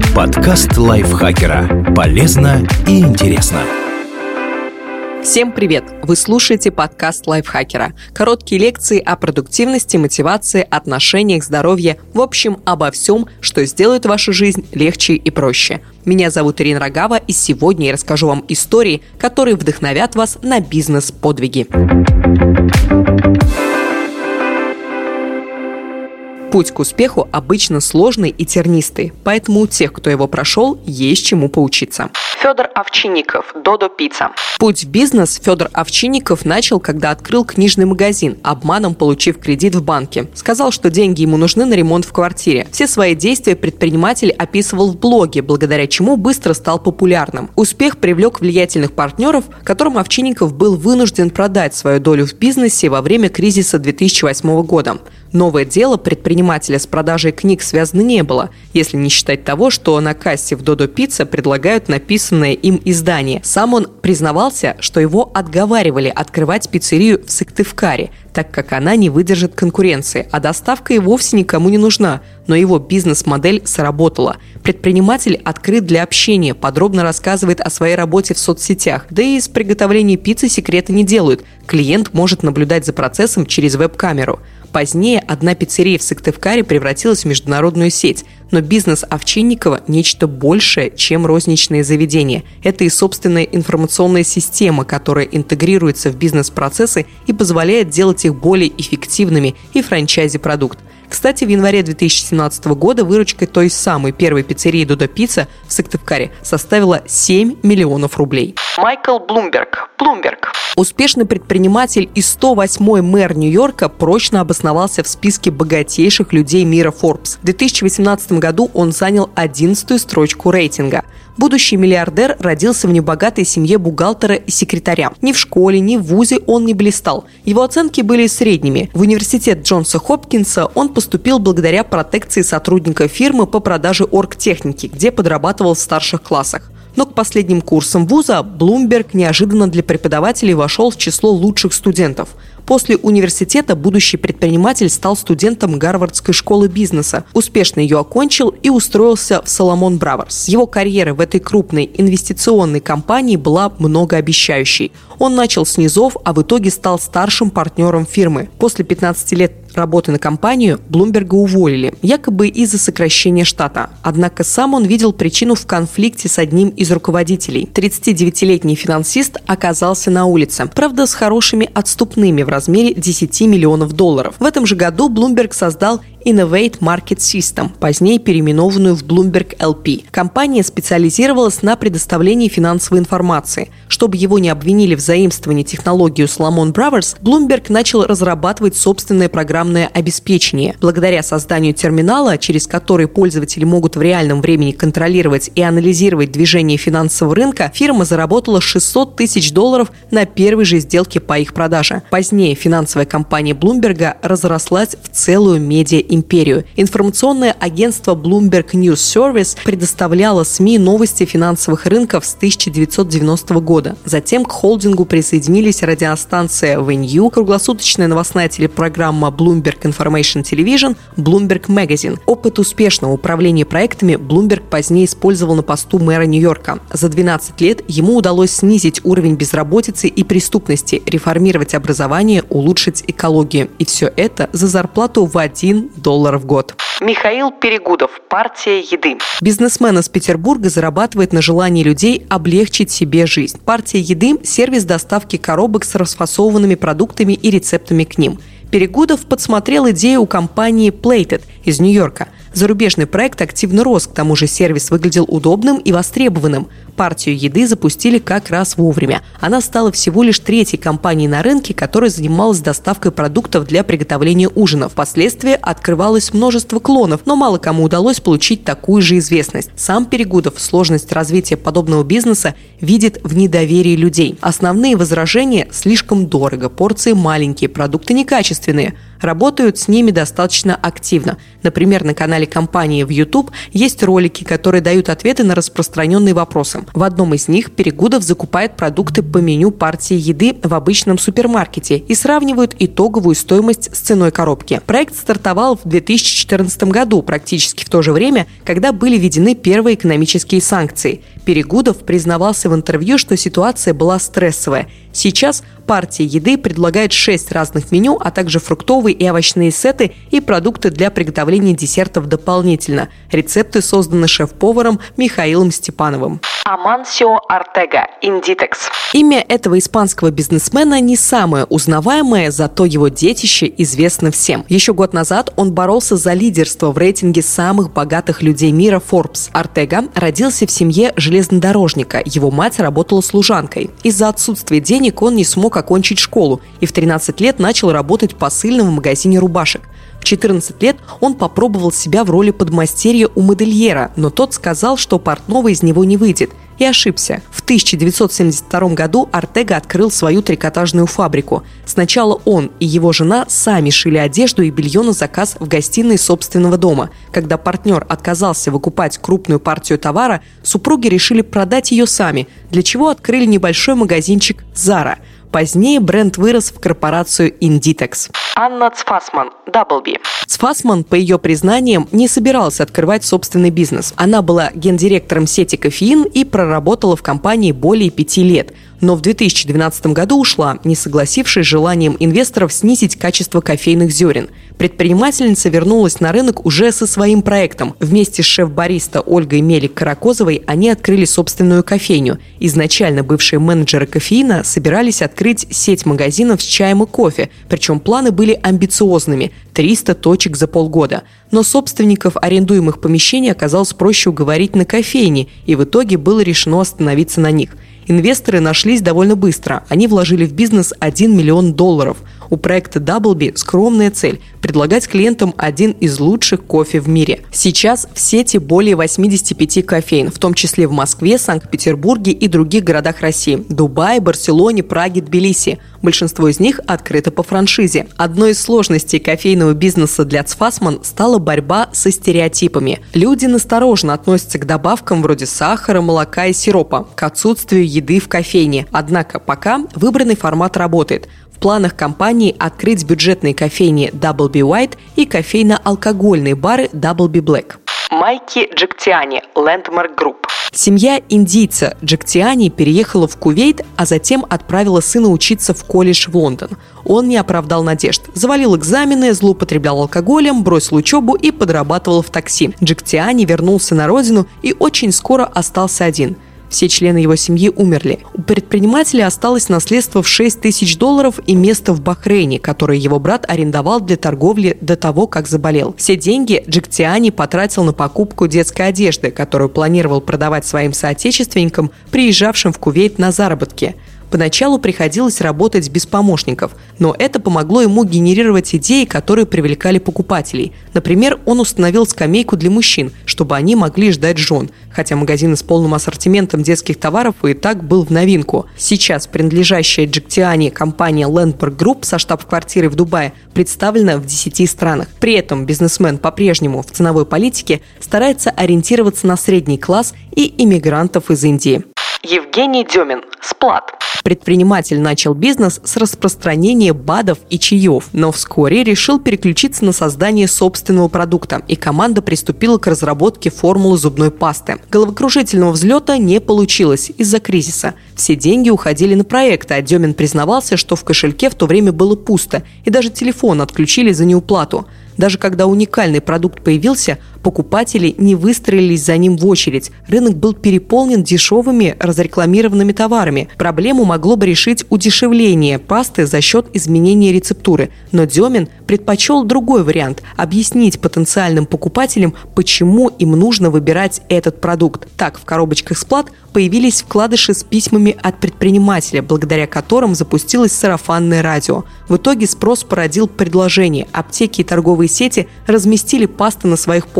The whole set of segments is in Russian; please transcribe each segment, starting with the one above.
Подкаст лайфхакера. Полезно и интересно. Всем привет! Вы слушаете подкаст лайфхакера. Короткие лекции о продуктивности, мотивации, отношениях, здоровье. В общем, обо всем, что сделает вашу жизнь легче и проще. Меня зовут Ирина Рогава, и сегодня я расскажу вам истории, которые вдохновят вас на бизнес-подвиги. Путь к успеху обычно сложный и тернистый, поэтому у тех, кто его прошел, есть чему поучиться. Федор Овчинников, Додо Пицца. Путь в бизнес Федор Овчинников начал, когда открыл книжный магазин, обманом получив кредит в банке. Сказал, что деньги ему нужны на ремонт в квартире. Все свои действия предприниматель описывал в блоге, благодаря чему быстро стал популярным. Успех привлек влиятельных партнеров, которым Овчинников был вынужден продать свою долю в бизнесе во время кризиса 2008 года. Новое дело предпринимателя с продажей книг связано не было, если не считать того, что на кассе в Додо Пицца предлагают написанное им издание. Сам он признавался, что его отговаривали открывать пиццерию в Сыктывкаре, так как она не выдержит конкуренции, а доставка и вовсе никому не нужна. Но его бизнес-модель сработала. Предприниматель открыт для общения, подробно рассказывает о своей работе в соцсетях. Да и из приготовления пиццы секрета не делают. Клиент может наблюдать за процессом через веб-камеру. Позднее одна пиццерия в Сыктывкаре превратилась в международную сеть. Но бизнес Овчинникова – нечто большее, чем розничные заведения. Это и собственная информационная система, которая интегрируется в бизнес-процессы и позволяет делать их более эффективными, и франчайзи-продукт. Кстати, в январе 2017 года выручка той самой первой пиццерии Додо Пицца в Сыктывкаре составила 7 миллионов рублей. Майкл Блумберг. Успешный предприниматель и 108-й мэр Нью-Йорка прочно обосновался в списке богатейших людей мира Forbes. В 2018 году он занял 11-ю строчку рейтинга. Будущий миллиардер родился в небогатой семье бухгалтера и секретаря. Ни в школе, ни в вузе он не блистал. Его оценки были средними. В университет Джонса Хопкинса он поступил благодаря протекции сотрудника фирмы по продаже оргтехники, где подрабатывал в старших классах. Но к последним курсам вуза Блумберг неожиданно для преподавателей вошел в число лучших студентов. После университета будущий предприниматель стал студентом Гарвардской школы бизнеса, успешно ее окончил и устроился в Salomon Brothers. Его карьера в этой крупной инвестиционной компании была многообещающей. Он начал с низов, а в итоге стал старшим партнером фирмы. После 15 лет работы на компанию Блумберга уволили, якобы из-за сокращения штата. Однако сам он видел причину в конфликте с одним из руководителей. 39-летний финансист оказался на улице, правда, с хорошими отступными в размере 10 миллионов долларов. В этом же году Блумберг создал Innovate Market System, позднее переименованную в Bloomberg LP. Компания специализировалась на предоставлении финансовой информации. Чтобы его не обвинили в заимствовании технологии Salomon Brothers, Bloomberg начал разрабатывать собственное программное обеспечение. Благодаря созданию терминала, через который пользователи могут в реальном времени контролировать и анализировать движение финансового рынка, фирма заработала $600 тысяч на первой же сделке по их продаже. Позднее финансовая компания Блумберга разрослась в целую медиа-империю. Информационное агентство Bloomberg News Service предоставляло СМИ новости финансовых рынков с 1990 года. Затем к холдингу присоединились радиостанция Venue, круглосуточная новостная телепрограмма Bloomberg Information Television, Bloomberg Magazine. Опыт успешного управления проектами Блумберг позднее использовал на посту мэра Нью-Йорка. За 12 лет ему удалось снизить уровень безработицы и преступности, реформировать образование, улучшить экологию. И все это за зарплату в $1 в год. Михаил Перегудов, партия еды. Бизнесмен из Петербурга зарабатывает на желании людей облегчить себе жизнь. Партия еды – сервис доставки коробок с расфасованными продуктами и рецептами к ним. Перегудов подсмотрел идею у компании Plated из Нью-Йорка. Зарубежный проект активно рос, к тому же сервис выглядел удобным и востребованным. Партию еды запустили как раз вовремя. Она стала всего лишь третьей компанией на рынке, которая занималась доставкой продуктов для приготовления ужина. Впоследствии открывалось множество клонов, но мало кому удалось получить такую же известность. Сам Перегудов сложность развития подобного бизнеса видит в недоверии людей. Основные возражения – слишком дорого, порции маленькие, продукты некачественные. работают с ними достаточно активно. Например, на канале компании в YouTube есть ролики, которые дают ответы на распространенные вопросы. В одном из них Перегудов закупает продукты по меню партии еды в обычном супермаркете и сравнивают итоговую стоимость с ценой коробки. Проект стартовал в 2014 году, практически в то же время, когда были введены первые экономические санкции. Перегудов признавался в интервью, что ситуация была стрессовая. Сейчас партия еды предлагает 6 разных меню, а также фруктовые и овощные сеты и продукты для приготовления десертов дополнительно. Рецепты созданы шеф-поваром Михаилом Степановым. Амансио Артега, Inditex. Имя этого испанского бизнесмена не самое узнаваемое, зато его детище известно всем. Еще год назад он боролся за лидерство в рейтинге самых богатых людей мира Forbes. Артега родился в семье железнодорожника. Его мать работала служанкой. Из-за отсутствия денег он не смог окончить школу и в 13 лет начал работать посыльным в магазине рубашек. В 14 лет он попробовал себя в роли подмастерья у модельера, но тот сказал, что портного из него не выйдет. И ошибся. В 1972 году Артега открыл свою трикотажную фабрику. Сначала он и его жена сами шили одежду и белье на заказ в гостиной собственного дома. Когда партнер отказался выкупать крупную партию товара, супруги решили продать ее сами, для чего открыли небольшой магазинчик Zara. Позднее бренд вырос в корпорацию Inditex. Анна Цфасман, Даблби. Цфасман, по ее признаниям, не собиралась открывать собственный бизнес. Она была гендиректором сети «Кофеин» и проработала в компании более 5 лет. Но в 2012 году ушла, не согласившись с желанием инвесторов снизить качество кофейных зерен. Предпринимательница вернулась на рынок уже со своим проектом. Вместе с шеф-бариста Ольгой Мелик-Каракозовой они открыли собственную кофейню. Изначально бывшие менеджеры «Кофеина» собирались открыть сеть магазинов с чаем и кофе, причем планы были амбициозными – 300 точек за полгода. Но собственников арендуемых помещений оказалось проще уговорить на кофейне, и в итоге было решено остановиться на них. Инвесторы нашлись довольно быстро. Они вложили в бизнес $1 миллион. У проекта Даблби скромная цель – предлагать клиентам один из лучших кофе в мире. Сейчас в сети более 85 кофеин, в том числе в Москве, Санкт-Петербурге и других городах России – Дубае, Барселоне, Праге, Тбилиси. Большинство из них открыто по франшизе. Одной из сложностей кофейного бизнеса для Цфасман стала борьба со стереотипами. Люди настороженно относятся к добавкам вроде сахара, молока и сиропа, к отсутствию еды в кофейне. Однако пока выбранный формат работает. В планах компании открыть бюджетные кофейни Даблби White и кофейно-алкогольные бары Даблби Black. Майки Джектиани, Landmark Group. Семья индийца Джектиани переехала в Кувейт, а затем отправила сына учиться в колледж в Лондон. Он не оправдал надежд. Завалил экзамены, злоупотреблял алкоголем, бросил учебу и подрабатывал в такси. Джектиани вернулся на родину и очень скоро остался один. Все члены его семьи умерли. У предпринимателя осталось наследство в $6 тысяч и место в Бахрейне, которое его брат арендовал для торговли до того, как заболел. Все деньги Джектиани потратил на покупку детской одежды, которую планировал продавать своим соотечественникам, приезжавшим в Кувейт на заработки. Поначалу приходилось работать без помощников, но это помогло ему генерировать идеи, которые привлекали покупателей. Например, он установил скамейку для мужчин, чтобы они могли ждать жен, хотя магазин с полным ассортиментом детских товаров и так был в новинку. Сейчас принадлежащая Джектиани компания Landmark Group со штаб-квартирой в Дубае представлена в 10 странах. При этом бизнесмен по-прежнему в ценовой политике старается ориентироваться на средний класс и иммигрантов из Индии. Евгений Демин, Сплат. Предприниматель начал бизнес с распространения БАДов и чаев, но вскоре решил переключиться на создание собственного продукта, и команда приступила к разработке формулы зубной пасты. Головокружительного взлета не получилось из-за кризиса. Все деньги уходили на проект, а Демин признавался, что в кошельке в то время было пусто, и даже телефон отключили за неуплату. Даже когда уникальный продукт появился, покупатели не выстроились за ним в очередь. Рынок был переполнен дешевыми разрекламированными товарами. Проблему могло бы решить удешевление пасты за счет изменения рецептуры. Но Демин предпочел другой вариант – объяснить потенциальным покупателям, почему им нужно выбирать этот продукт. Так, в коробочках Сплат появились вкладыши с письмами от предпринимателя, благодаря которым запустилось сарафанное радио. В итоге спрос породил предложение. Аптеки и торговые сети разместили пасты на своих полках.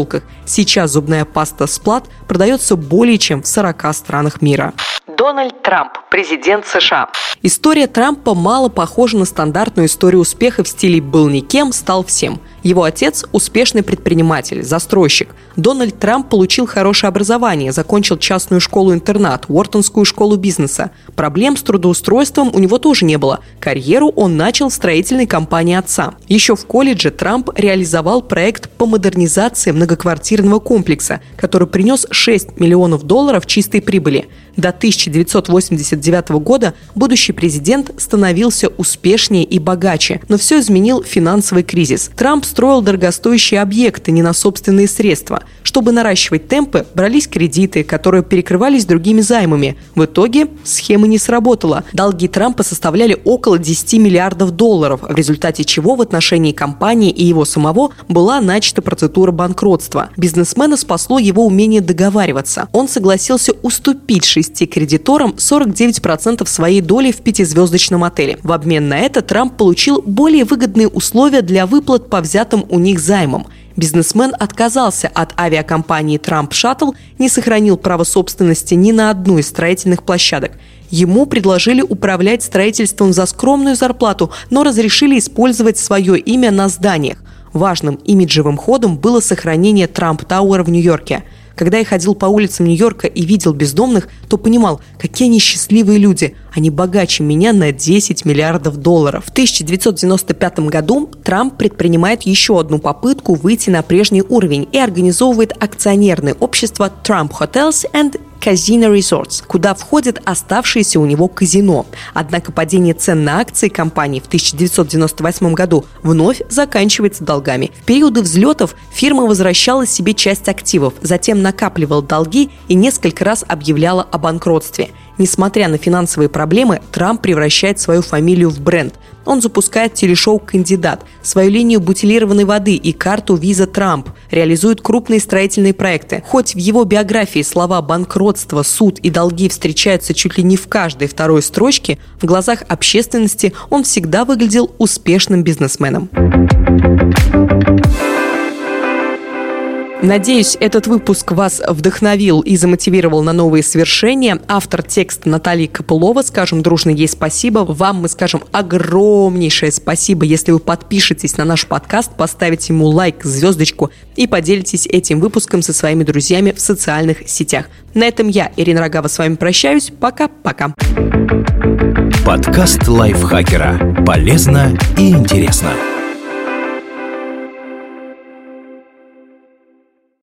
полках. Сейчас зубная паста Splat продается более чем в 40 странах мира. Дональд Трамп, президент США. История Трампа мало похожа на стандартную историю успеха в стиле «был никем, стал всем». Его отец – успешный предприниматель, застройщик. Дональд Трамп получил хорошее образование, закончил частную школу-интернат, Уортонскую школу бизнеса. Проблем с трудоустройством у него тоже не было. Карьеру он начал в строительной компании отца. Еще в колледже Трамп реализовал проект по модернизации многоквартирного комплекса, который принес $6 миллионов чистой прибыли. До 1989 года будущий президент становился успешнее и богаче, но все изменил финансовый кризис. Трамп строил дорогостоящие объекты не на собственные средства. Чтобы наращивать темпы, брались кредиты, которые перекрывались другими займами. В итоге схема не сработала. Долги Трампа составляли около $10 миллиардов, в результате чего в отношении компании и его самого была начата процедура банкротства. Бизнесмена спасло его умение договариваться. Он согласился уступить 6 кредиторам 49% своей доли в 5-звездочном отеле. В обмен на это Трамп получил более выгодные условия для выплат по взятым у них займам. Бизнесмен отказался от авиакомпании «Трамп Шаттл», не сохранил право собственности ни на одну из строительных площадок. Ему предложили управлять строительством за скромную зарплату, но разрешили использовать свое имя на зданиях. Важным имиджевым ходом было сохранение Трамп Тауэр в Нью-Йорке. Когда я ходил по улицам Нью-Йорка и видел бездомных, то понимал, какие они счастливые люди. Они богаче меня на $10 миллиардов. В 1995 году Трамп предпринимает еще одну попытку выйти на прежний уровень и организовывает акционерное общество Trump Hotels and Casino Resorts, куда входят оставшиеся у него казино. Однако падение цен на акции компании в 1998 году вновь заканчивается долгами. В периоды взлетов фирма возвращала себе часть активов, затем накапливала долги и несколько раз объявляла о банкротстве. Несмотря на финансовые проблемы, Трамп превращает свою фамилию в бренд. Он запускает телешоу «Кандидат», свою линию бутилированной воды и карту «Виза Трамп», реализует крупные строительные проекты. Хоть в его биографии слова «банкротство», «суд» и «долги» встречаются чуть ли не в каждой второй строчке, в глазах общественности он всегда выглядел успешным бизнесменом. Надеюсь, этот выпуск вас вдохновил и замотивировал на новые свершения. Автор текста Наталья Копылова. Скажем дружно ей спасибо. Вам мы скажем огромнейшее спасибо, если вы подпишетесь на наш подкаст, поставите ему лайк, звездочку и поделитесь этим выпуском со своими друзьями в социальных сетях. На этом я, Ирина Рогава, с вами прощаюсь. Пока-пока. Подкаст лайфхакера. Полезно и интересно.